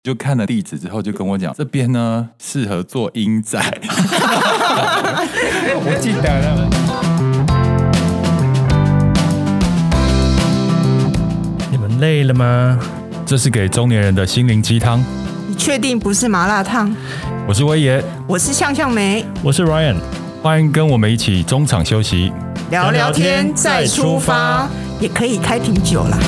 就看了地址之后就跟我讲，这边呢适合做阴宅。 我记得了。你们累了吗？ 这是给中年人的心灵鸡汤。 你确定不是麻辣烫？ 我是威爷， 我是向向梅， 我是 Ryan， 欢迎跟我们一起中场休息， 聊聊天再出发，也可以开瓶酒啦。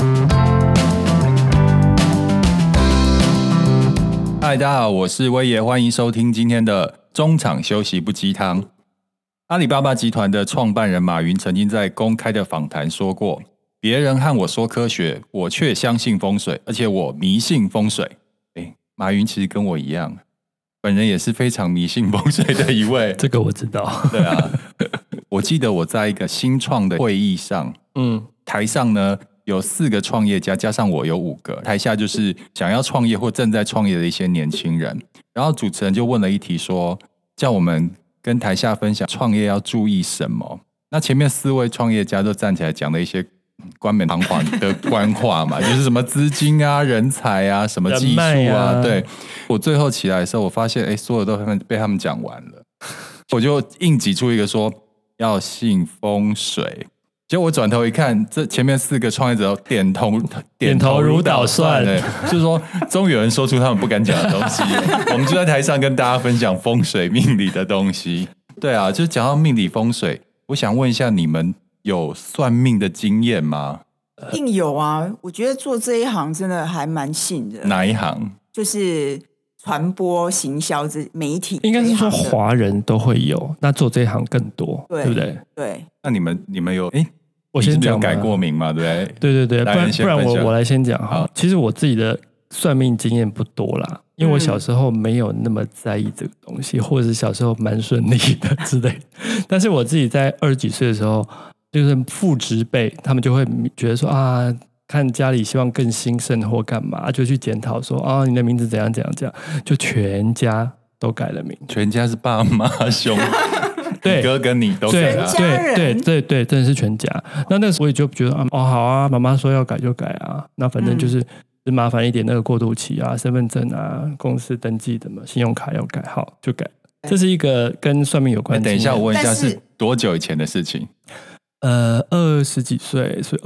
嗨，大家好，我是威爷，欢迎收听今天的中场休息不鸡汤。阿里巴巴集团的创办人马云曾经在公开的访谈说过，别人和我说科学，我却相信风水，而且我迷信风水。马云其实跟我一样，本人也是非常迷信风水的一位。 这个我知道。 对啊，我记得我在一个新创的会议上，台上呢有4个创业家，加上我有5个，台下就是想要创业或正在创业的一些年轻人。然后主持人就问了一题说，叫我们跟台下分享创业要注意什么。那前面4位创业家都站起来讲了一些冠冕堂皇的官话嘛，就是什么资金啊、人才啊、什么技术啊。对，我最后起来的时候，我发现所有都被他们讲完了，我就硬挤出一个说要信风水。结果我转头一看，这前面4个创业者点头如捣蒜，就是说终于有人说出他们不敢讲的东西。我们就在台上跟大家分享风水命理的东西。对啊，就讲到命理风水，我想问一下，你们有算命的经验吗？ 一定有啊，我觉得做这一行真的还蛮信的。 哪一行？ 就是传播行销媒体， 应该是说华人都会有，那做这一行更多， 对不对？ 对。 那你们有我先讲， 你改过名嘛？对不对？ 对，不然我来先讲哈。其实我自己的算命经验不多啦，因为我小时候没有那么在意这个东西，或者是小时候蛮顺利的之类的。但是我自己在20几岁的时候，就是父执辈，他们就会觉得说啊，看家里希望更兴盛或干嘛，就去检讨说啊，你的名字怎样怎样怎样，就全家都改了名。 全家是爸妈兄对，哥跟你都改了。 对，真的是全家。那时候我也就觉得好啊，妈妈说要改就改啊，那反正就是麻烦一点那个过渡期啊，身份证啊，公司登记的嘛，信用卡要改好就改。这是一个跟算命有关的。 等一下，我问一下，是多久以前的事情 ？20几岁，所以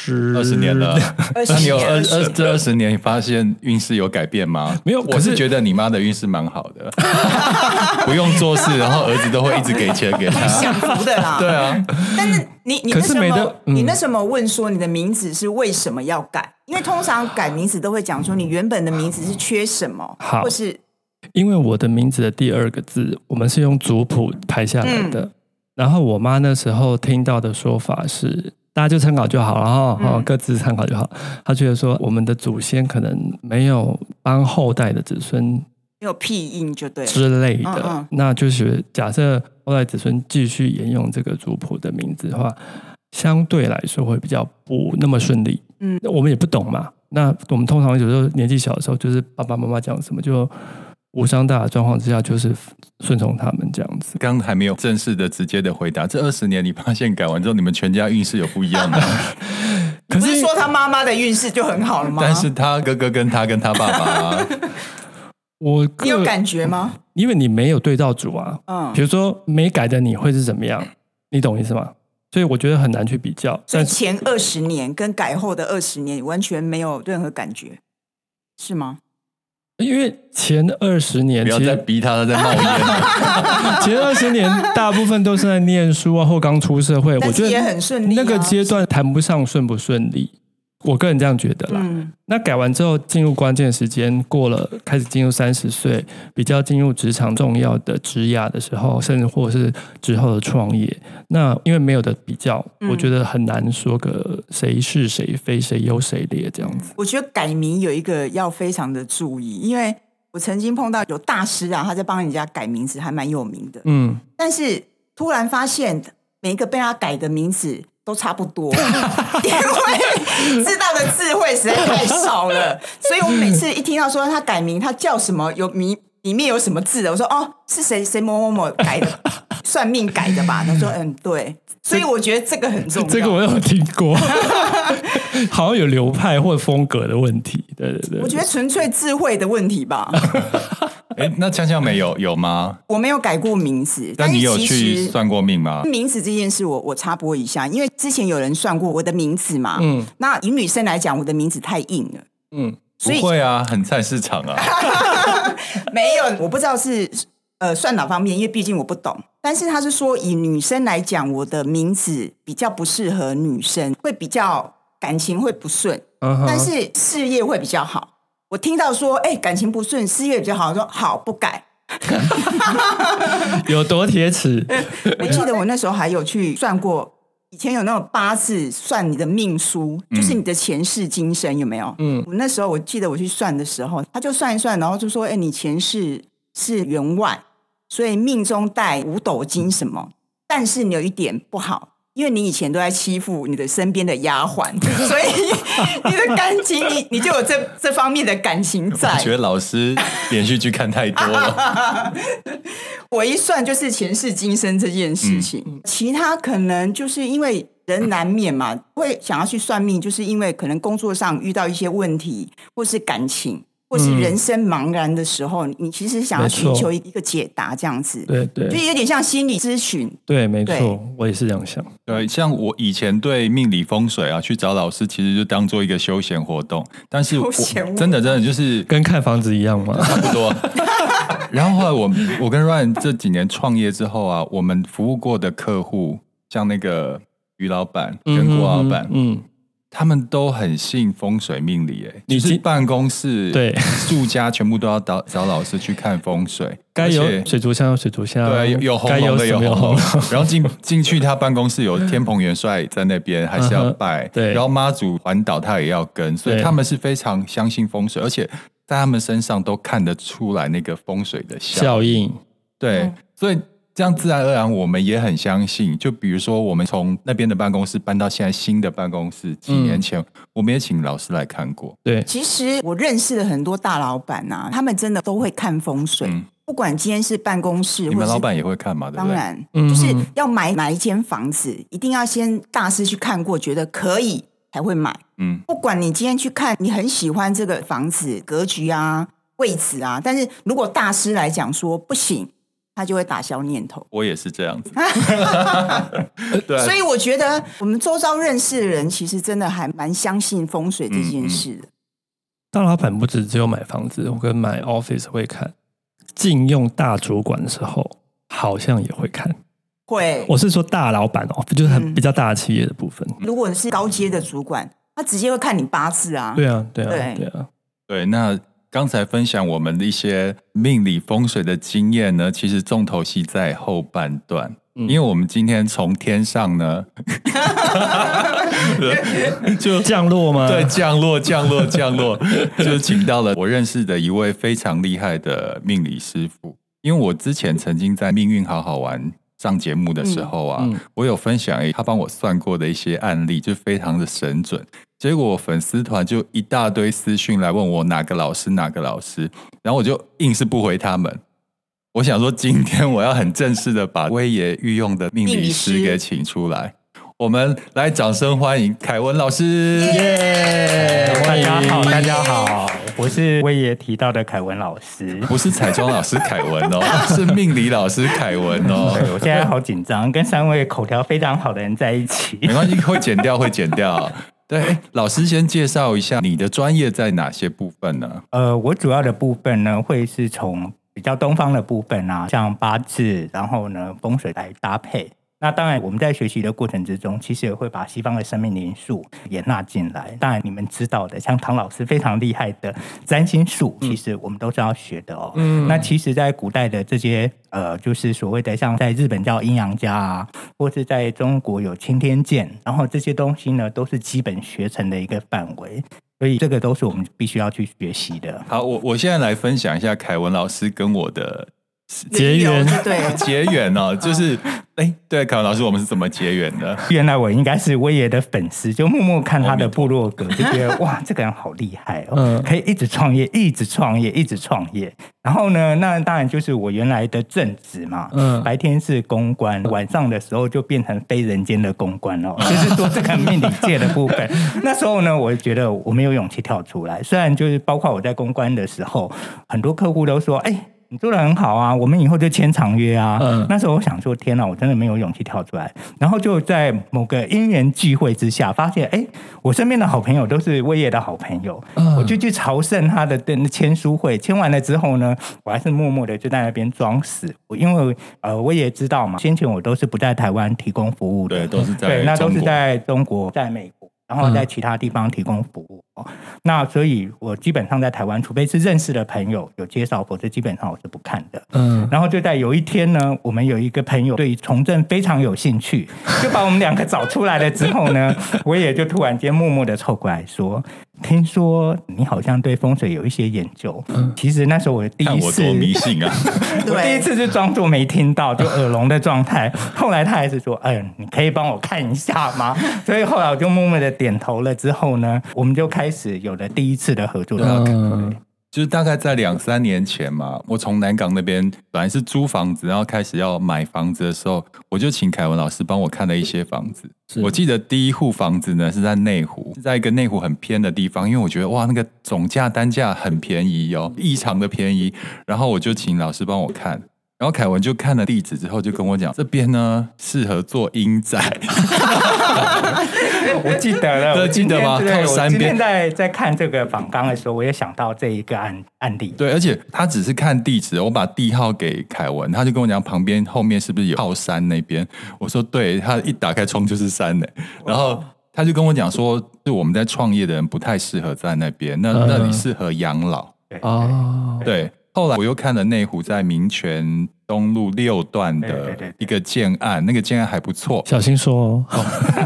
20 年了。那你有这20年发现运势有改变吗？ 没有， 我是觉得你妈的运势蛮好的，不用做事，然后儿子都会一直给钱给他， 享福的啦。 对啊， 但是你那什么问说你的名字是为什么要改？因为通常改名字都会讲说你原本的名字是缺什么，或是因为我的名字的第2个字，我们是用族谱排下来的。然后我妈那时候听到的说法是，大家就参考就好了哈，各自参考就好。她觉得说，我们的祖先可能没有帮后代的子孙没有庇荫就对之类的，那就是假设后代子孙继续沿用这个族谱的名字的话，相对来说会比较不那么顺利。我们也不懂嘛，那我们通常有时候年纪小的时候，就是爸爸妈妈讲什么就无伤大雅的状况之下，就是顺从他们这样子。 刚还没有正式的直接的回答，这20年你发现改完之后，你们全家运势有不一样吗？ 不是说他妈妈的运势就很好了吗？ 但是他哥哥跟他爸爸你有感觉吗？ 因为你没有对照组啊。比如说没改的你会是怎么样？你懂意思吗？所以我觉得很难去比较。 所以前20年跟改后的20年完全没有任何感觉，是吗？ 因为前20年不要再逼他在冒烟了。 前20年大部分都是在念书啊，或刚出社会，我觉得也很顺利那个阶段谈不上顺不顺利，我个人这样觉得啦。那改完之后进入关键时间过了，开始进入30岁，比较进入职场重要的职涯的时候，甚至或是之后的创业，那因为没有的比较，我觉得很难说个谁是谁非，谁优谁劣这样子。 我觉得改名有一个要非常的注意，因为我曾经碰到有大师啊，他在帮人家改名字还蛮有名的，但是突然发现每一个被他改的名字都差不多，因为知道的智慧实在太少了，所以我每次一听到说他改名，他叫什么，里面有什么字的，我说是谁某某某改的，算命改的吧？他说对，所以我觉得这个很重要。 这个我有听过。 好像有流派或风格的问题。对对对， 我觉得纯粹智慧的问题吧。 那锵锵没有吗？ 我没有改过名字， 但你有去算过命吗？ 名字这件事我插播一下，因为之前有人算过我的名字嘛，那以女生来讲，我的名字太硬了， 不会啊，很菜市场啊。 没有，我不知道是算哪方面，因为毕竟我不懂。但是他是说以女生来讲，我的名字比较不适合女生，会比较感情会不顺，但是事业会比较好。我听到说，感情不顺，事业比较好，说好不改。 有多铁齿？ 我记得我那时候还有去算过，以前有那种八字算你的命书，就是你的前世今生有没有？我那时候我记得我去算的时候，他就算一算，然后就说，你前世是员外，所以命中带五斗金什么，但是你有一点不好。因为你以前都在欺负你的身边的丫鬟，所以你的感情你就有这方面的感情在。 我觉得老师连续剧看太多了。 我一算就是前世今生这件事情，其他可能就是因为人难免嘛，会想要去算命，就是因为可能工作上遇到一些问题，或是感情。或是人生茫然的时候，你其实想要寻求一个解答，这样子， 对对， 就有点像心理咨询。 对，没错，我也是这样想。 对，像我以前对命理风水去找老师，其实就当做一个休闲活动。但是我真的就是跟看房子一样嘛， 差不多。然后后来我跟 Ryan 这几年创业之后啊，我们服务过的客户，像那个于老板跟郭老板，他们都很信风水命理，你是办公室对住家全部都要找老师去看风水， 该有水族箱有水族箱， 对，有红龙的有红龙，然后进去他办公室有天蓬元帅在那边，还是要拜， 对， 然后妈祖环岛他也要跟，所以他们是非常相信风水，而且在他们身上都看得出来那个风水的效应，对，所以。这样自然而然我们也很相信，就比如说我们从那边的办公室搬到现在新的办公室，几年前我们也请老师来看过。 对， 其实我认识的很多大老板他们真的都会看风水，不管今天是办公室， 你们老板也会看吗？对不对？ 当然，就是要买哪一间房子，一定要先大师去看过，觉得可以才会买。不管你今天去看，你很喜欢这个房子格局啊、位置啊，但是如果大师来讲说不行，他就会打消念头。 我也是这样子。对， 所以我觉得我们周遭认识的人其实真的还蛮相信风水这件事的。 大老板不只有买房子，我跟买 office 会看，禁用大主管的时候好像也会看。 会， 我是说大老板就是比较大的企业的部分。 如果你是高阶的主管，他直接会看你八字啊。 对啊。 对，那刚才分享我们的一些命理风水的经验呢，其实重头戏在后半段，因为我们今天从天上呢就降落吗？ 对，降落，就请到了我认识的一位非常厉害的命理师傅。因为我之前曾经在命运好好玩上节目的时候我有分享他帮我算过的一些案例，就非常的神准。结果我粉丝团就一大堆私讯来问我哪个老师，然后我就硬是不回他们。我想说今天我要很正式的把威爷御用的命理师给请出来，我们来掌声欢迎凯文老师。 大家好，我是威爷提到的凯文老师， 不是彩妆老师凯文是命理老师凯文对，我现在好紧张，跟3位口条非常好的人在一起。 没关系，会剪掉。对，老师先介绍一下你的专业在哪些部分呢？ 我主要的部分呢，会是从比较东方的部分像八字，然后呢风水来搭配。那当然我们在学习的过程之中，其实也会把西方的生命灵数也纳进来。当然你们知道的，像唐老师非常厉害的占星术，其实我们都是要学的那其实在古代的这些就是所谓的像在日本叫阴阳家或是在中国有青天剑，然后这些东西呢都是基本学程的一个范围，所以这个都是我们必须要去学习的。 好，我现在来分享一下凯文老师跟我的结缘就是对，凯文老师，我们是怎么结缘的？ 原来我应该是威爷的粉丝，就默默看他的部落格，就觉得哇，这个人好厉害哦，可以一直创业，一直创业，一直创业。然后呢，那当然就是我原来的正职嘛，白天是公关，晚上的时候就变成非人间的公关哦，就是做这个命理界的部分。那时候呢，我觉得我没有勇气跳出来，虽然就是包括我在公关的时候，很多客户都说，你做得很好啊，我们以后就签长约啊。那时候我想说，天哪，我真的没有勇气跳出来。然后就在某个因缘聚会之下，发现我身边的好朋友都是威爷的好朋友，我就去朝圣他的签书会。签完了之后呢，我还是默默的就在那边装死。因为威爷知道嘛，先前我都是不在台湾提供服务的， 对，都是在对，那都是在中国，在美国。然后在其他地方提供服务。那所以我基本上在台湾，除非是认识的朋友有介绍，否则基本上我是不看的。然后就在有一天呢，我们有一个朋友对从政非常有兴趣，就把我们两个找出来了之后呢，我也就突然间默默的凑过来说，听说你好像对风水有一些研究。其实那时候我第一次， 看我多迷信啊！ 我第一次就装作没听到，就耳聋的状态。后来他还是说，你可以帮我看一下吗？所以后来我就默默的点头了之后呢，我们就开始有了第一次的合作。 就是大概在2-3年前嘛，我从南港那边本来是租房子，然后开始要买房子的时候，我就请凯文老师帮我看了一些房子。我记得第一户房子呢是在内湖，是在一个内湖很偏的地方，因为我觉得哇，那个总价单价很便宜哦，异常的便宜。然后我就请老师帮我看，然后凯文就看了地址之后就跟我讲，这边呢适合做阴宅。 我记得了， 对，记得吗？靠山边。 我今天在看这个访纲的时候，我也想到这一个案例。 对，而且他只是看地址，我把地号给凯文，他就跟我讲旁边后面是不是有靠山那边？我说对，他一打开窗就是山呢。然后他就跟我讲说，是我们在创业的人不太适合在那边，那里适合养老。对。后来我又看了内湖在民权东路6段的一个建案，那个建案还不错， 小心说哦。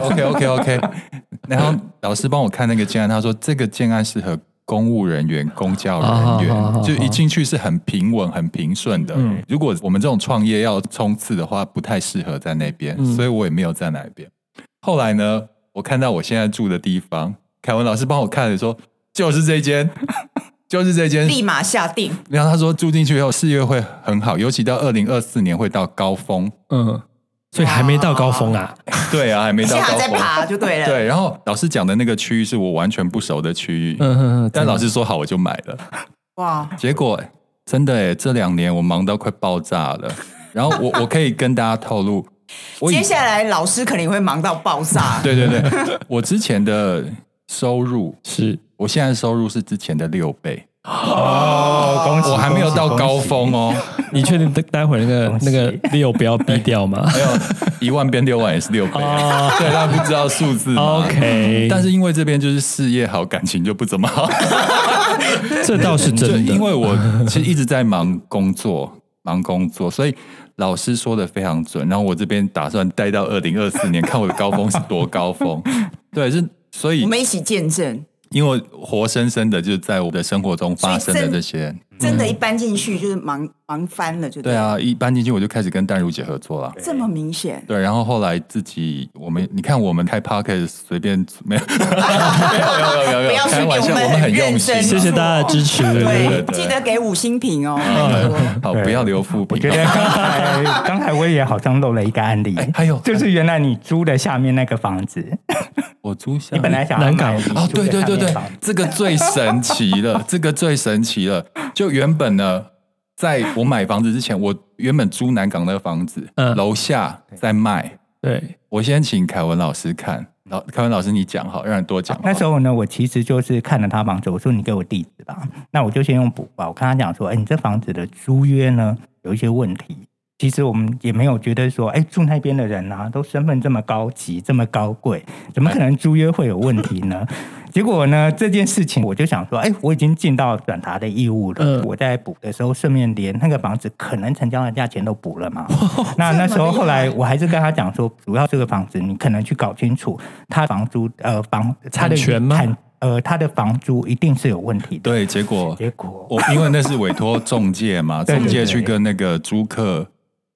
OK。然后老师帮我看那个建案，他说这个建案适合公务人员、公教人员，就一进去是很平稳、很平顺的。如果我们这种创业要冲刺的话，不太适合在那边，所以我也没有在那边。后来呢，我看到我现在住的地方，凯文老师帮我看了说，就是这间。就是这间， 立马下定。 然后他说住进去以后事业会很好，尤其到2024年会到高峰。 所以还没到高峰啊？ 对啊，还没到高峰， 现在在爬就对了。 对，然后老师讲的那个区域是我完全不熟的区域。但老师说好我就买了。哇！结果真的这2年我忙到快爆炸了。然后我可以跟大家透露， 接下来老师肯定会忙到爆炸。 对，我之前的收入是。 我现在的收入是之前的6倍恭喜！ 我还没有到高峰哦。 你确定待会那个6不要逼掉吗？ 没有，1万变6万也是6倍。对，他不知道数字嘛。 OK， 但是因为这边就是事业好，感情就不怎么好。 这倒是真的， 因为我其实一直在忙工作，所以老师说的非常准。然后我这边打算待到2024年，看我的高峰是多高峰。对，所以我们一起见证。 因为活生生的就在我的生活中发生的这些， 真的，一搬进去就是忙翻了，就对啊，一搬进去我就开始跟淡如姐合作了， 这么明显。 对，然后后来自己你看我们开 podcast 随便没有，没有， 不要开玩笑，我们很用心， 谢谢大家的支持， 对，记得给5星评哦。 好，不要留负评。 我觉得刚才我也好像漏了一个案例， 还有就是原来你租的下面那个房子。 我租下， 你本来想南港哦，对，这个最神奇了，就原本呢，在我买房子之前，我原本租南港那个房子，楼下在卖。对，我先请凯文老师看，凯文老师你讲好，让人多讲。 那时候呢，我其实就是看了他房子，我说你给我地址吧，那我就先用补吧。我跟他讲说，你这房子的租约呢有一些问题。其实我们也没有觉得说，住那边的人啊，都身份这么高级、这么高贵，怎么可能租约会有问题呢？结果呢，这件事情我就想说，我已经尽到转达的义务了。我在补的时候，顺便连那个房子可能成交的价钱都补了嘛。那时候后来我还是跟他讲说，主要这个房子你可能去搞清楚，他房租他的权吗？ 他的房租一定是有问题的。 对，结果我因为那是委托中介嘛，中介去跟那个租客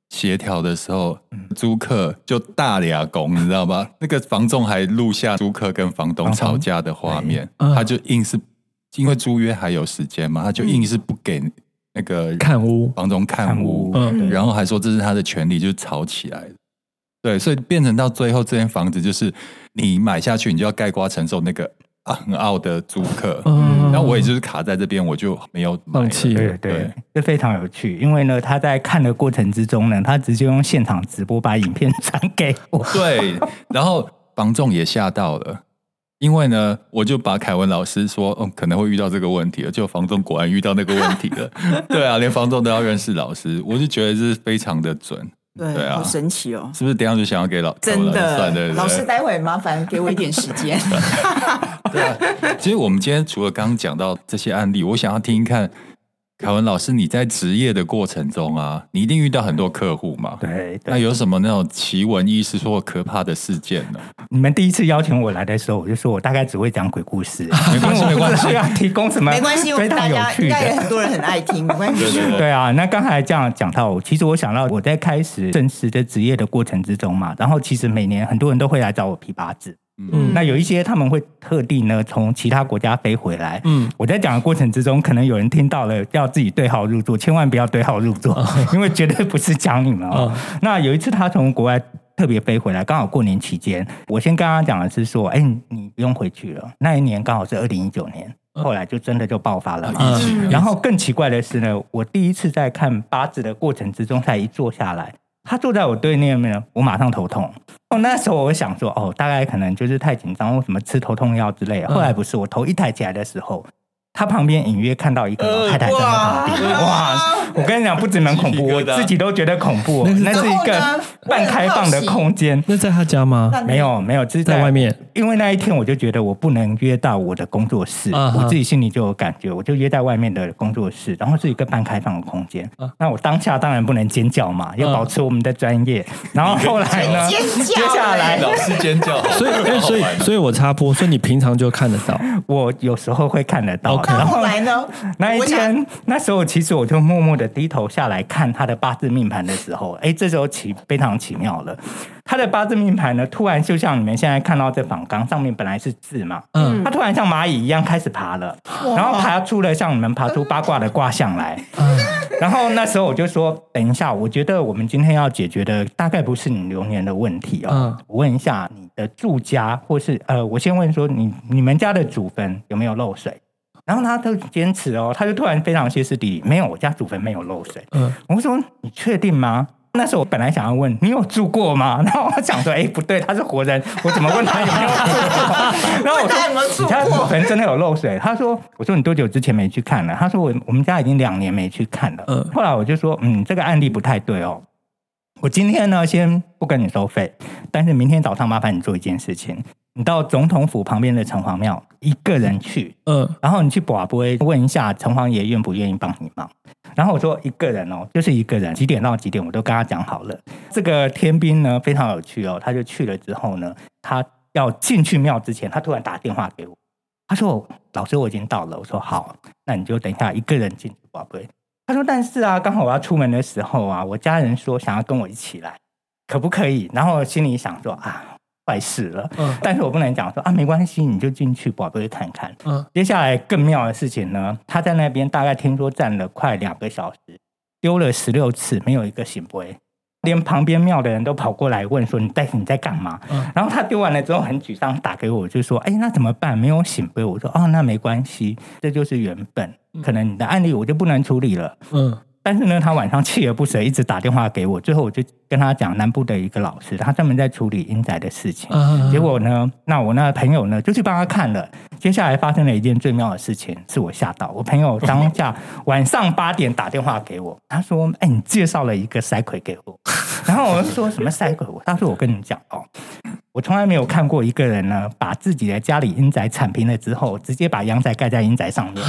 协调的时候，租客就大俩拱，你知道吗？那个房仲还录下租客跟房东吵架的画面，他就硬是因为租约还有时间嘛，他就硬是不给那个看屋房东看屋，然后还说这是他的权利，就吵起来了。对，所以变成到最后，这间房子就是你买下去，你就要概括承受那个很傲的租客。然后我也就是卡在这边，我就没有放弃。 对，这非常有趣，因为呢，他在看的过程之中呢，他直接用现场直播把影片传给我。 对，然后房仲也吓到了。因为呢，我就把凯文老师说，可能会遇到这个问题了，就房仲果然遇到那个问题了。对啊，连房仲都要认识老师，我就觉得这是非常的准。 对啊，好神奇哦！ 是不是等一下就想要给真的对老师待会麻烦给我一点时间。 对啊，其实我们今天除了刚刚讲到这些案例，我想要听听看凯文老师你在职业的过程中啊，你一定遇到很多客户嘛？ 对， 那有什么那种奇闻异事或可怕的事件呢？ 你们第一次邀请我来的时候，我就说我大概只会讲鬼故事， 没关系，没关系， 要提供什么？ 没关系， 非常有趣的， 应该有很多人很爱听，没关系。 对啊，那刚才这样讲到，其实我想到我在开始正式的职业的过程之中嘛，然后其实每年很多人都会来找我批八字。那有一些他们会特地呢从其他国家飞回来。我在讲的过程之中，可能有人听到了要自己对号入座，千万不要对号入座，因为绝对不是讲你们哦。那有一次他从国外特别飞回来，刚好过年期间，我先跟他讲的是说，你不用回去了。那一年刚好是2019年，后来就真的就爆发了。然后更奇怪的是呢，我第一次在看八字的过程之中，才一坐下来，他坐在我对面呢，我马上头痛。那时候我想说，大概可能就是太紧张或什么吃头痛药之类的。后来不是，我头一抬起来的时候，他旁边隐约看到一个老太太在那旁边。哇！我跟你讲，不止蛮恐怖，我自己都觉得恐怖。那是一个半开放的空间。 那在他家吗？ 没有，只是在外面。 因为那一天我就觉得我不能约到我的工作室，我自己心里就有感觉，我就约在外面的工作室，然后是一个半开放的空间。那我当下当然不能尖叫嘛，要保持我们的专业。然后后来呢，接下来老师尖叫， 所以我插播，所以你平常就看得到， 我有时候会看得到。 然后来呢？ 那一天，那时候其实我就默默的低头下来看他的八字命盘的时候，这时候非常奇妙了。他的八字命盘呢，突然就像你们现在看到这访纲上面本来是字嘛，他突然像蚂蚁一样开始爬了，然后爬出了像你们爬出八卦的卦象来。然后那时候我就说，等一下，我觉得我们今天要解决的大概不是你流年的问题哦。我问一下你的住家，或是我先问说你们家的祖坟有没有漏水？然后他就坚持哦，他就突然非常歇斯底里，没有，我家祖坟没有漏水。我说你确定吗？那时候我本来想要问你有住过吗？然后我想说，不对，他是活人，我怎么问他有没有住过？然后我说你家祖坟真的有漏水？他说，我说你多久之前没去看了？他说我们家已经2年没去看了。后来我就说，这个案例不太对哦。我今天呢，先不跟你收费，但是明天早上麻烦你做一件事情，你到总统府旁边的城隍庙一个人去，然后你去跋杯问一下城隍爷愿不愿意帮你忙。然后我说一个人哦，就是一个人，几点到几点我都跟他讲好了。这个天兵呢非常有趣哦，他就去了之后呢，他要进去庙之前，他突然打电话给我，他说老师我已经到了。我说好，那你就等一下一个人进去跋杯。他说但是啊，刚好我要出门的时候啊，我家人说想要跟我一起来，可不可以？然后心里想说坏事了，但是我不能讲说没关系，你就进去宝贝看看。接下来更妙的事情呢，他在那边大概听说站了快2个小时，丢了16次，没有一个醒杯，连旁边庙的人都跑过来问说你在干嘛？然后他丢完了之后很沮丧，打给我就说那怎么办？没有醒杯。我说那没关系，这就是原本，可能你的案例我就不能处理了。但是呢，他晚上锲而不舍，一直打电话给我。最后我就跟他讲，南部的一个老师，他专门在处理阴宅的事情。结果呢，那我那朋友呢，就去帮他看了。接下来发生了一件最妙的事情，是我吓到。我朋友当下晚上8点打电话给我，他说：“你介绍了一个塞鬼给我。”然后我就说什么塞鬼？他说：“我跟你讲我从来没有看过一个人呢，把自己的家里阴宅铲平了之后，直接把阳宅盖在阴宅上面。”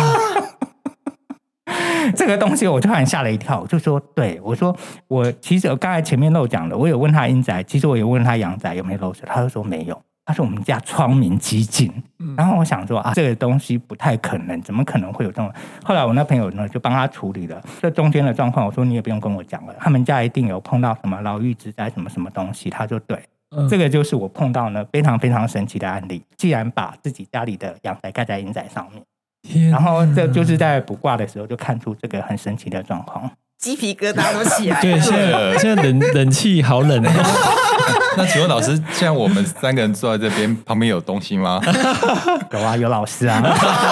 这个东西我突然吓了一跳，我就说对，我说我其实刚才前面漏讲了，我有问他阴宅，其实我有问他阳宅有没有漏水，他就说没有。 他说我们家窗明几净。然后我想说这个东西不太可能，怎么可能会有这种？后来我那朋友呢就帮他处理了这中间的状况。我说你也不用跟我讲了，他们家一定有碰到什么牢狱之灾什么什么东西。他说对，这个就是我碰到呢非常非常神奇的案例。既然把自己家里的阳宅盖在阴宅上面，然后这就是在卜卦的时候就看出这个很神奇的状况， 鸡皮疙瘩都起来了。 对，现在冷气好冷。 那请问老师，现在我们3个人坐在这边，旁边有东西吗？ 有啊，有老师啊。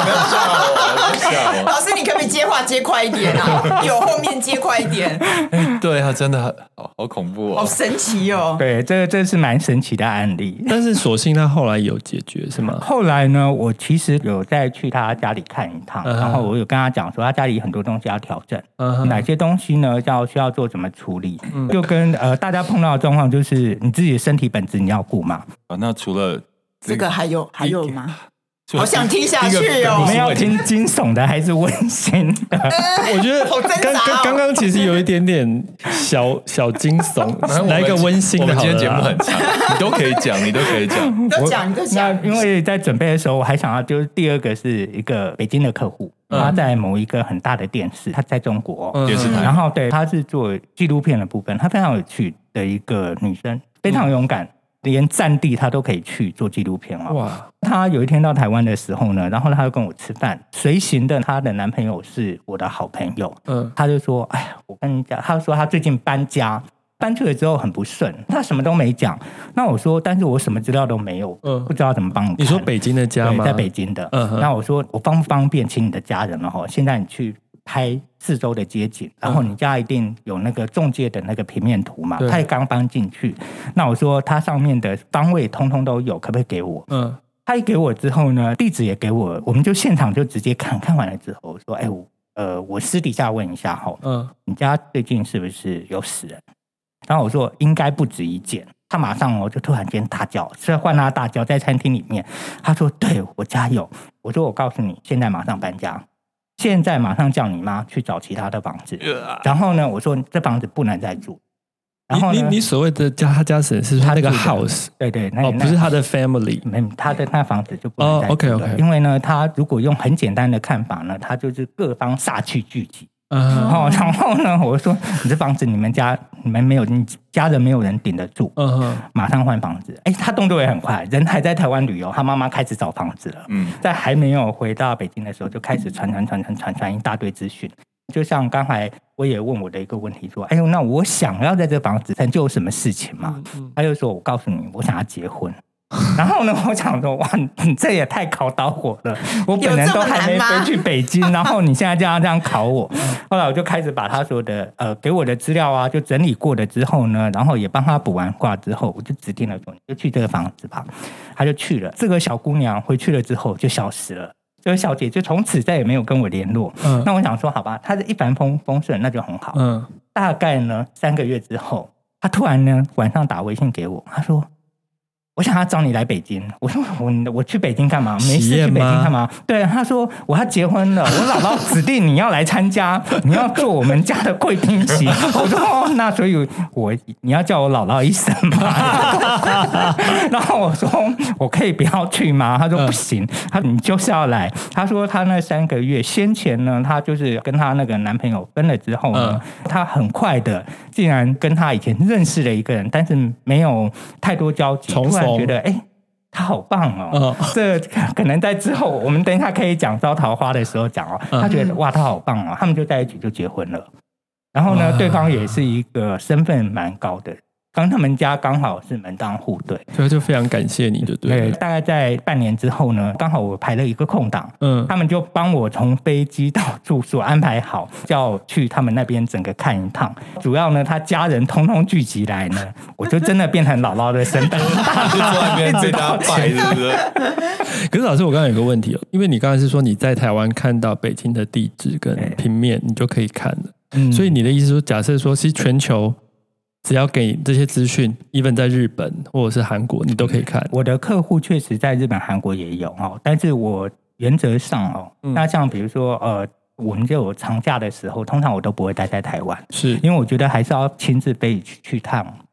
老师，你可不可以接话接快一点啊？有后面接快一点。 对啊，真的好恐怖哦， 好神奇哦。 对，这是蛮神奇的案例。 但是所幸他后来有解决是吗？ 后来呢，我其实有再去他家里看一趟，然后我有跟他讲说他家里很多东西要调整，哪些东西呢需要做怎么处理，就跟大家碰到的状况就是你自己的身体本质你要顾嘛。 那除了这个还有吗？好想听下去哦！ 你们要听惊悚的还是温馨的？ 我觉得刚刚其实有一点点小惊悚，来一个温馨的好了。 我们今天节目很长，你都可以讲。 你都讲。 那因为在准备的时候，我还想要就是第二个是一个北京的客户，他在某一个很大的电视，他在中国电视台， 然后对他是做纪录片的部分，他非常有趣的一个女生，非常勇敢。连战地他都可以去做纪录片哇！他有一天到台湾的时候呢，然后他就跟我吃饭，随行的他的男朋友是我的好朋友，他就说：“哎呀，我跟你讲，他说他最近搬家，搬去了之后很不顺，他什么都没讲。那我说，但是我什么资料都没有，不知道怎么帮你。 你说北京的家吗？ 在北京的。那我说我方不方便请你的家人了哈？现在你去拍四周的街景，然后你家一定有那个中介的那个平面图嘛，他也刚搬进去。那我说他上面的方位通通都有，可不可以给我？他一给我之后呢，地址也给我，我们就现场就直接看完了之后说，我私底下问一下哈，你家最近是不是有死人？然后我说应该不止一件。他马上就突然间大叫，是换他大叫在餐厅里面。他说对，我家有。我说我告诉你，现在马上搬家。现在马上叫你妈去找其他的房子，然后呢，我说这房子不能再住。然后你所谓的他家是他那个 house， 对， 不是他的 family， 他的那房子就不能再住了。 OK， 因为呢，他如果用很简单的看法呢，他就是各方煞气聚集。然后呢，我就说你这房子你们没有，你家人没有人顶得住，马上换房子。他动作也很快，人还在台湾旅游，他妈妈开始找房子了。在还没有回到北京的时候，就开始传一大堆资讯。就像刚才我也问我的一个问题说，那我想要在这房子成就什么事情嘛？他就说我告诉你，我想要结婚。然后呢，我想说，哇，你这也太考倒我了！我本人都还没飞去北京，然后你现在这样考我。后来我就开始把他说的给我的资料啊，就整理过了之后呢，然后也帮他补完卦之后，我就指定了说，你就去这个房子吧。他就去了。这个小姑娘回去了之后就消失了，这个小姐就从此再也没有跟我联络。那我想说，好吧，她是一帆风顺，那就很好。大概呢3个月之后，她突然呢晚上打微信给我，她说，我想要找你来北京。我说我去北京干嘛？没事，去北京干嘛？对，他说我要结婚了，我姥姥指定你要来参加，你要做我们家的贵宾席。我说那所以你要叫我姥姥一声嘛。然后我说我可以不要去吗？他说不行，你就是要来。他说他那3个月先前呢，他就是跟他那个男朋友分了之后呢，他很快的竟然跟他以前认识了一个人，但是没有太多交集。突然觉得他好棒哦！这可能在之后我们等一下可以讲招桃花的时候讲哦。他觉得哇，他好棒哦！他们就在一起就结婚了。然后呢，对方也是一个身份蛮高的，他们家刚好是门当户对， 所以就非常感谢你，对。 大概在半年之后呢，刚好我排了一个空档，他们就帮我从飞机到住宿安排好，叫我去他们那边整个看一趟。主要呢，他家人通通聚集来呢，我就真的变成姥姥的身份， 就坐在那边被他拜，是不是？ 可是老师，我刚刚有个问题因为你刚才是说你在台湾看到北京的地址跟平面，你就可以看了，所以你的意思说，假设说，其实全球只要给这些资讯 even 在日本或者是韩国你都可以看。 我的客户确实在日本韩国也有但是我原则上那像比如说我们就有长假的时候，通常我都不会待在台湾， 是因为我觉得还是要亲自飞去趟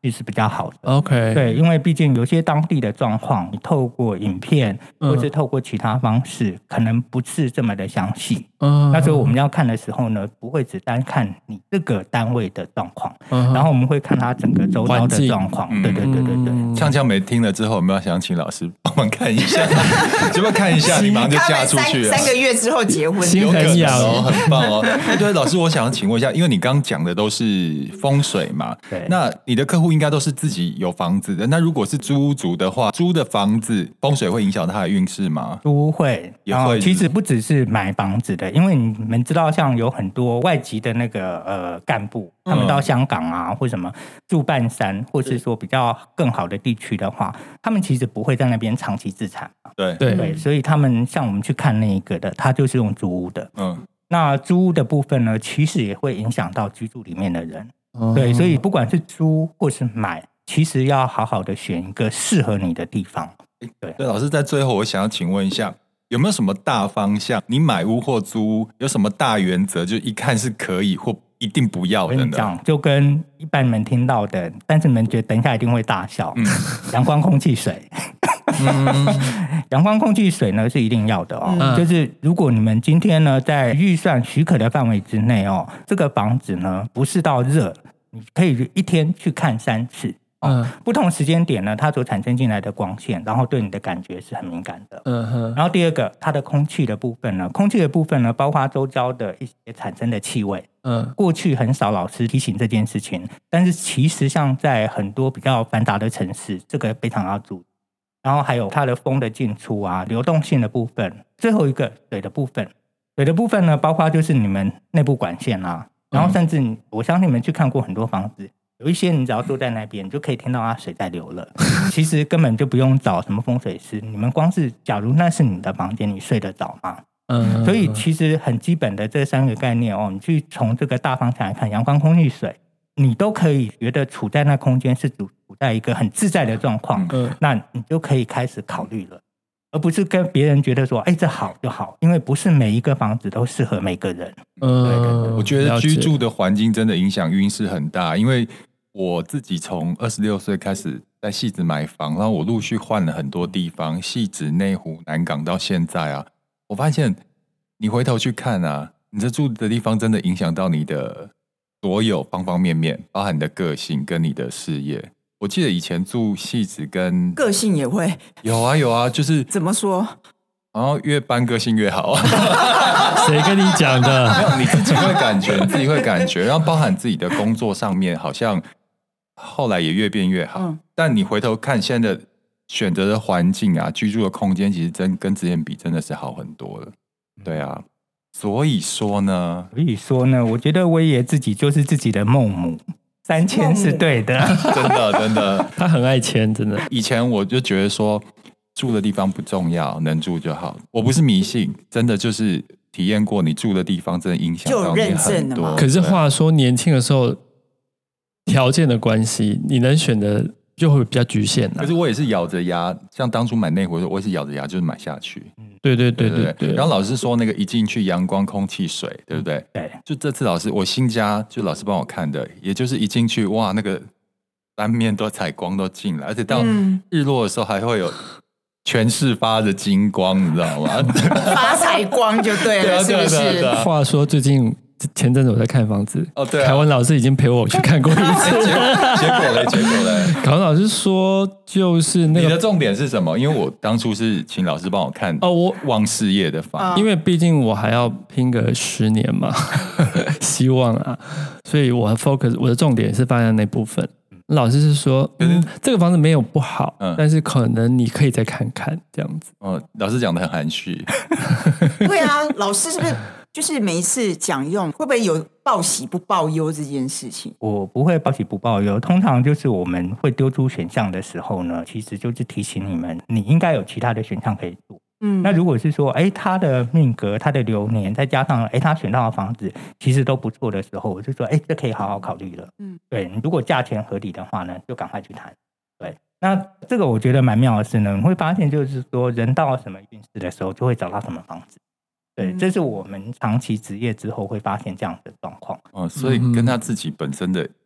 其实是比较好的。 OK， 对，因为毕竟有些当地的状况，你透过影片或是透过其他方式，可能不是这么的详细。那所以我们要看的时候呢，不会只单看你这个单位的状况，然后我们会看它整个周遭的状况。对。 呛呛梅听了之后，有没有想请老师帮忙看一下？要不要看一下？你马上就嫁出去了。 3个月之后结婚， 心很痒哦，很棒哦。对，老师，我想请问一下，因为你刚刚讲的都是风水嘛， 对， 那你的客户应该都是自己有房子的。那如果是租屋族的话，租的房子风水会影响他的运势吗？ 租会也会， 其实不只是买房子的，因为你们知道，像有很多外籍的那个干部，他们到香港啊，或什么住半山，或是说比较更好的地区的话，他们其实不会在那边长期自产嘛。对，所以他们像我们去看那一个的，他就是用租屋的。那租屋的部分呢，其实也会影响到居住里面的人。对，所以不管是租或是买，其实要好好的选一个适合你的地方。对， 老师在最后，我想要请问一下，有没有什么大方向？你买屋或租屋有什么大原则？就一看是可以或一定不要的呢？ 就跟一般人听到的，但是你们觉得等一下一定会大笑。阳光、空气、水。阳光、空气、水呢是一定要的哦。就是如果你们今天呢在预算许可的范围之内哦，这个房子呢不是到热，你可以一天去看3次。不同时间点呢，它所产生进来的光线，然后对你的感觉是很敏感的。然后第二个，它的空气的部分呢，包括周遭的一些产生的气味。过去很少老师提醒这件事情，但是其实像在很多比较繁杂的城市，这个非常要注意。然后还有它的风的进出啊，流动性的部分。最后一个水的部分呢，包括就是你们内部管线啊，然后甚至我相信你们去看过很多房子。有一些你只要坐在那边，你就可以听到它水在流了。其实根本就不用找什么风水师，你们光是假如那是你的房间，你睡得着吗？所以其实很基本的这3个概念哦，你去从这个大方向来看，阳光、空气、水，你都可以觉得处在那空间是处在一个很自在的状况，那你就可以开始考虑了，而不是跟别人觉得说，哎，这好就好，因为不是每一个房子都适合每个人。对， 我觉得居住的环境真的影响运势很大，因为我自己从26岁开始在汐止买房，然后我陆续换了很多地方，汐止、内湖、南港到现在啊，我发现你回头去看啊，你这住的地方真的影响到你的所有方方面面，包含你的个性跟你的事业。我记得以前住汐止跟个性也会有啊，就是怎么说？ 然后越搬个性越好。 谁跟你讲的？ 没有，你自己会感觉，然后包含自己的工作上面，好像后来也越变越好。但你回头看现在的选择的环境啊，居住的空间，其实跟之前比真的是好很多了。对啊，所以说呢， 我觉得威爷自己就是自己的孟母，3000是对的。 真的， 他很爱签，真的。 以前我就觉得说住的地方不重要，能住就好。我不是迷信，真的就是体验过，你住的地方真的影响到你很多。 可是话说，年轻的时候条件的关系，你能选的就会比较局限。 可是我也是咬着牙，像当初买内湖的时候，我也是咬着牙就是买下去。 对。 然后老师说那个一进去阳光、空气、水，对不对？ 对。 就这次老师，我新家就老师帮我看的，也就是一进去，哇，那个三面都采光都进来，而且到日落的时候还会有全市发着金光，你知道吗？ 发财光就对了，是不是？ 话说最近前阵子我在看房子， 对， 凯文老师已经陪我去看过一次。 结果嘞？ 凯文老师说，就是那个你的重点是什么？因为我当初是请老师帮我看我望事业的房， 因为毕竟我还要拼个10年嘛，希望啊，所以我 focus 我的重点是放在那部分。老师是说，这个房子没有不好，但是可能你可以再看看这样子。 老师讲的很含蓄。 对啊，老师是不是就是每一次讲用，会不会有报喜不报忧这件事情？ 我不会报喜不报忧，通常就是我们会丢出选项的时候呢，其实就是提醒你们，你应该有其他的选项可以做。那如果是说，他的命格、他的流年，再加上他选到的房子其实都不错的时候，我就说，这可以好好考虑了。对，你如果价钱合理的话呢，就赶快去谈。对，那这个我觉得蛮妙的是呢，你会发现就是说，人到什么运势的时候，就会找到什么房子。对，这是我们长期职业之后会发现这样的状况。 所以跟他自己本身的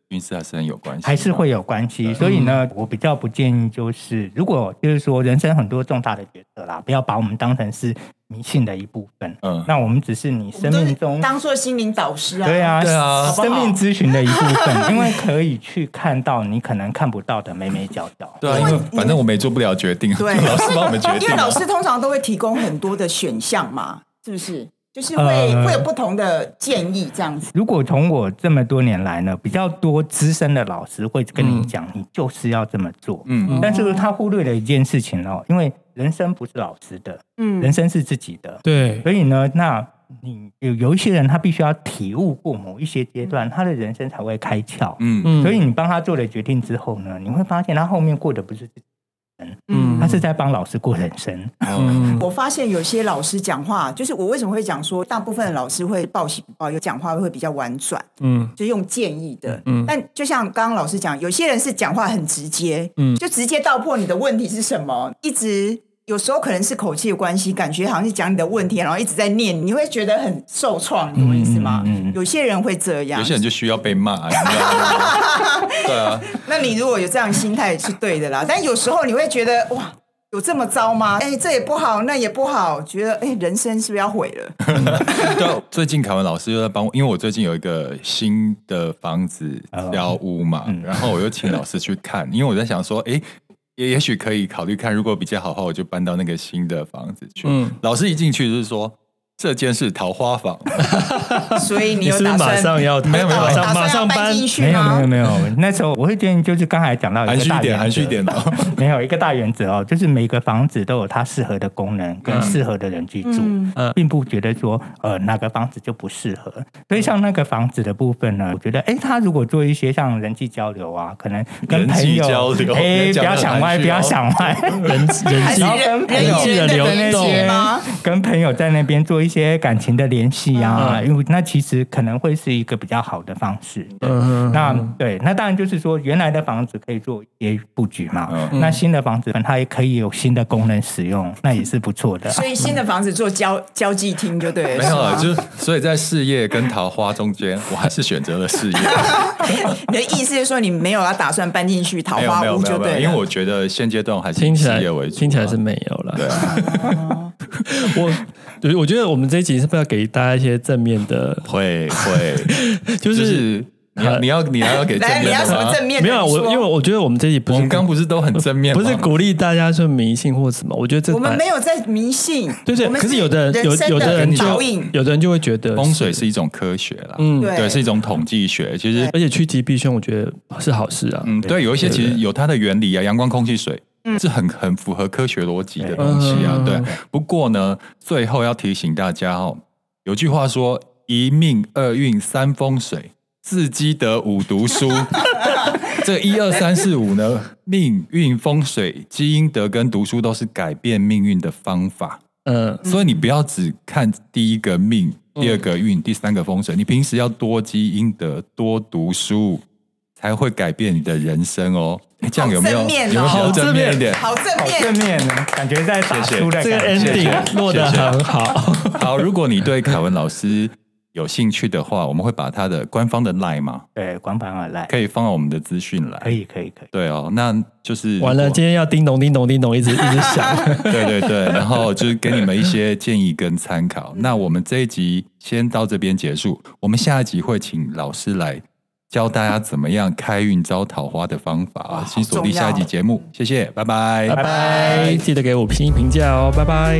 运势还是很有关系， 还是会有关系。所以呢，我比较不建议就是如果就是说人生很多重大的决策啦，不要把我们当成是迷信的一部分。那我们只是你生命中当做心灵导师啊， 对啊，生命咨询的一部分，因为可以去看到你可能看不到的眉眉角角。 对啊，因为反正我们也做不了决定，对，老师帮我们决定。 因为老师通常都会提供很多的选项嘛，是不是？就是会有不同的建议这样子。 如果从我这么多年来呢，比较多资深的老师会跟你讲，你就是要这么做。但是他忽略了一件事情哦，因为人生不是老师的，人生是自己的。 对， 所以呢，那你有一些人他必须要体悟过某一些阶段，他的人生才会开窍。所以你帮他做了决定之后呢，你会发现他后面过的不是自己。他是在帮老师过人生。 我发现有些老师讲话，就是我为什么会讲说，大部分的老师会报喜不报忧，讲话会比较婉转，就用建议的。但就像刚刚老师讲，有些人是讲话很直接，就直接道破你的问题是什么，一直。有时候可能是口气的关系，感觉好像是讲你的问题，然后一直在念，你会觉得很受创，你懂我意思吗？有些人会这样， 有些人就需要被骂，你知道吗？对啊。 那你如果有这样的心态是对的啦，但有时候你会觉得哇，有这么糟吗？这也不好，那也不好，觉得人生是不是要毁了？ 对，最近凯文老师又在帮我，因为我最近有一个新的房子交屋嘛，然后我又请老师去看，因为我在想说，也许可以考虑看，如果比较好的话，我就搬到那个新的房子去。老师一进去就是说，这间是桃花房， 所以你有打算马上要没有马上搬进去吗？ 没有。那时候我会建议，就是刚才讲到一个大原则， 含蓄点哦。 没有一个大原则哦，就是每个房子都有它适合的功能跟适合的人居住，并不觉得说哪个房子就不适合。所以像那个房子的部分呢，我觉得他如果做一些像人际交流啊，可能跟朋友交流， 不要想歪，不要想歪， 人际的流动， 跟朋友在那边做一些感情的联系啊，因为那其实可能会是一个比较好的方式。那当然就是说，原来的房子可以做一些布局嘛，那新的房子它也可以有新的功能使用，那也是不错的。 所以新的房子做交际厅就对了。 没有了，所以在事业跟桃花中间，我还是选择了事业。 你的意思是说，你没有要打算搬进去桃花屋就对了？ 因为我觉得现阶段还是以事业为主， 听起来是没有了。 对啊。 我觉得我们这一集是不是要给大家一些正面的？ 会，就是你要给正面的吗？ 你要什么正面的？ 没有，因为我觉得我们这一集不是， 我们刚不是都很正面吗？ 不是鼓励大家说迷信或什么。我觉得我们没有在迷信， 对，可是有的人就会觉得风水是一种科学啦，对，是一种统计学。其实而且趋吉避凶，我觉得是好事啊。 对，有一些其实有它的原理啊，阳光、空气、水。是很符合科学逻辑的东西啊，对。不过呢，最后要提醒大家有句话说：1命2运3风水，4积德5读书。这1、2、3、4、5呢，命运、风水、积阴德跟读书都是改变命运的方法。所以你不要只看第一个命，第二个运，第三个风水，你平时要多积阴德，多读书，才会改变你的人生哦。这样有没有好正面一点？ 好正面， 感觉在打出的这个 ending 落得很好。 好，如果你对凯文老师有兴趣的话，我们会把他的官方的 LINE 嘛， 对，官方的 LINE 可以放到我们的资讯栏。 可以。 对哦，那就是完了，今天要叮咚叮咚叮咚一直响。 对，然后就是给你们一些建议跟参考。那我们这一集先到这边结束，我们下一集会请老师来教大家怎么样开运招桃花的方法，请锁定下一集节目，谢谢，拜拜， 记得给我5星评价哦，拜拜。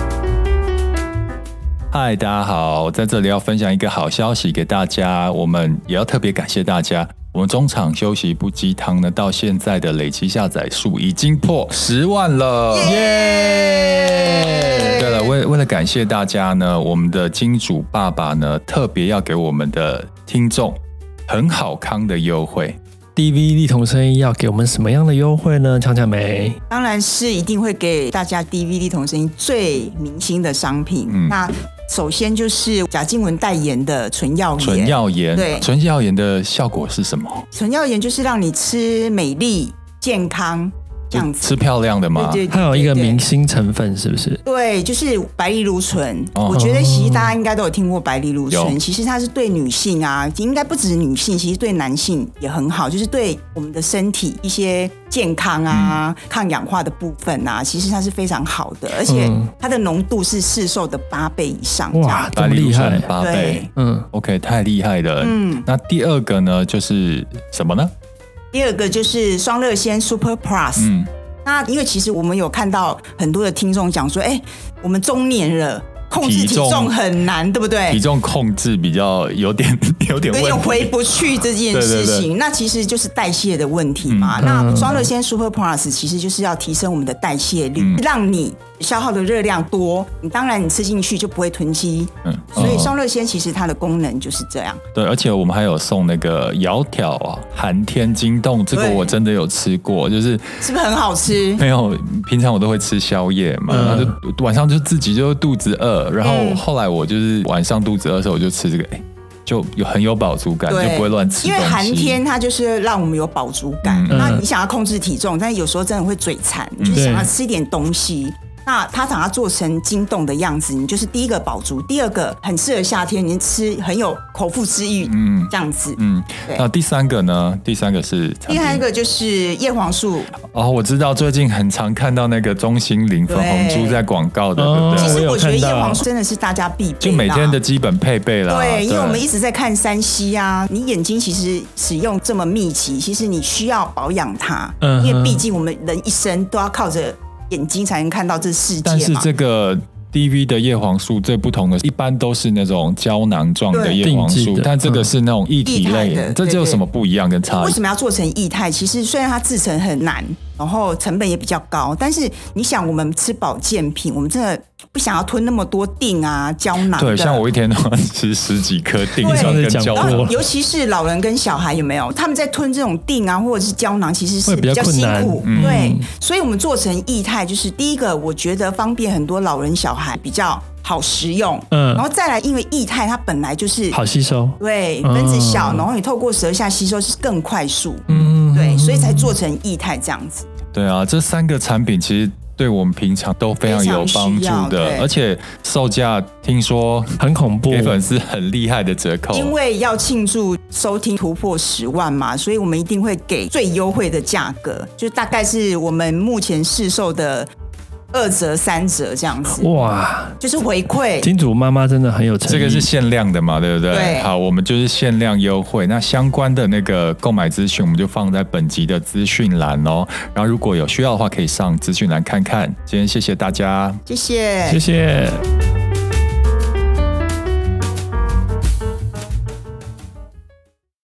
嗨，大家好，在这里要分享一个好消息给大家，我们也要特别感谢大家。我们中场休息不鸡汤呢，到现在的累积下载数已经破10万了，耶！对了，为了感谢大家呢，我们的金主爸爸呢，特别要给我们的听众很好康的优惠。 DV 同声音要给我们什么样的优惠呢？强梅， 当然是一定会给大家 DV 同声音最明星的商品。那首先就是贾静雯代言的纯耀颜，对， 纯耀颜的效果是什么？ 纯耀颜就是让你吃美丽、健康、 这样子吃漂亮的嘛。 对， 它有一个明星成分，是不是？ 对，就是白藜芦醇。我觉得其实大家应该都有听过白藜芦醇，其实它是对女性啊，应该不止女性，其实对男性也很好，就是对我们的身体一些健康啊、抗氧化的部分啊，其实它是非常好的，而且它的浓度是市售的8倍以上。 哇，这么厉害 ，8倍。OK， 太厉害了。那第二个呢，就是什么呢？ 第二个就是双乐仙 Super Plus。那因为其实我们有看到很多的听众讲说，我们中年了，控制体重很难，对不对？ 体重控制比较有点问题， 回不去这件事情。对，那其实就是代谢的问题嘛。那双乐仙 Super Plus 其实就是要提升我们的代谢率，让你消耗的热量多，当然你吃进去就不会囤积。所以双乐仙其实它的功能就是这样。 对，而且我们还有送那个窈窕寒天惊冻，这个我真的有吃过，是不是很好吃？ 没有，平常我都会吃宵夜嘛，然后就晚上就自己就肚子饿，然后后来我就是晚上肚子饿的时候我就吃这个，就很有饱足感，就不会乱吃东西。因为寒天它就是让我们有饱足感，那你想要控制体重，但是有时候真的会嘴馋，你就想要吃一点东西。那它把它做成惊冻的样子，你就是第一个饱足，第二个很适合夏天，你吃很有口腹之欲，这样子。 那第三个呢？第三个就是叶黄素。 我知道最近很常看到那个中心磷粉红猪在广告的，对不对？ 其实我觉得叶黄素真的是大家必备， 就每天的基本配备啦。 对，因为我们一直在看3C啊，你眼睛其实使用这么密集，其实你需要保养它，因为毕竟我们人一生都要靠着眼睛才能看到这世界嘛。 但是这个 DV 的叶黄素最不同的，一般都是那种胶囊状的叶黄素，但这个是那种液体类的，这就有什么不一样跟差异？ 为什么要做成液态？其实虽然它制成很难，然后成本也比较高，但是你想，我们吃保健品，我们真的不想要吞那么多锭啊、胶囊的。 对，像我一天都要吃10几颗锭跟胶囊， 尤其是老人跟小孩，有没有？他们在吞这种锭啊，或者是胶囊，其实是比较辛苦。对，所以我们做成液态，就是第一个，我觉得方便很多老人小孩，比较好食用。然后再来，因为液态它本来就是好吸收， 对，分子小，然后你透过舌下吸收是更快速。对，所以才做成液态这样子。 对啊，这3个产品其实对我们平常都非常有帮助的，而且售价听说很恐怖， 给粉丝很厉害的折扣。 因为要庆祝收听突破10万嘛，所以我们一定会给最优惠的价格，就大概是我们目前市售的2折3折这样子。哇，就是回馈。 金主妈妈真的很有诚意。 这个是限量的嘛，对不对？ 对。 好，我们就是限量优惠。那相关的那个购买资讯，我们就放在本集的资讯栏哦。然后如果有需要的话，可以上资讯栏看看。今天谢谢大家， 谢谢， 谢谢。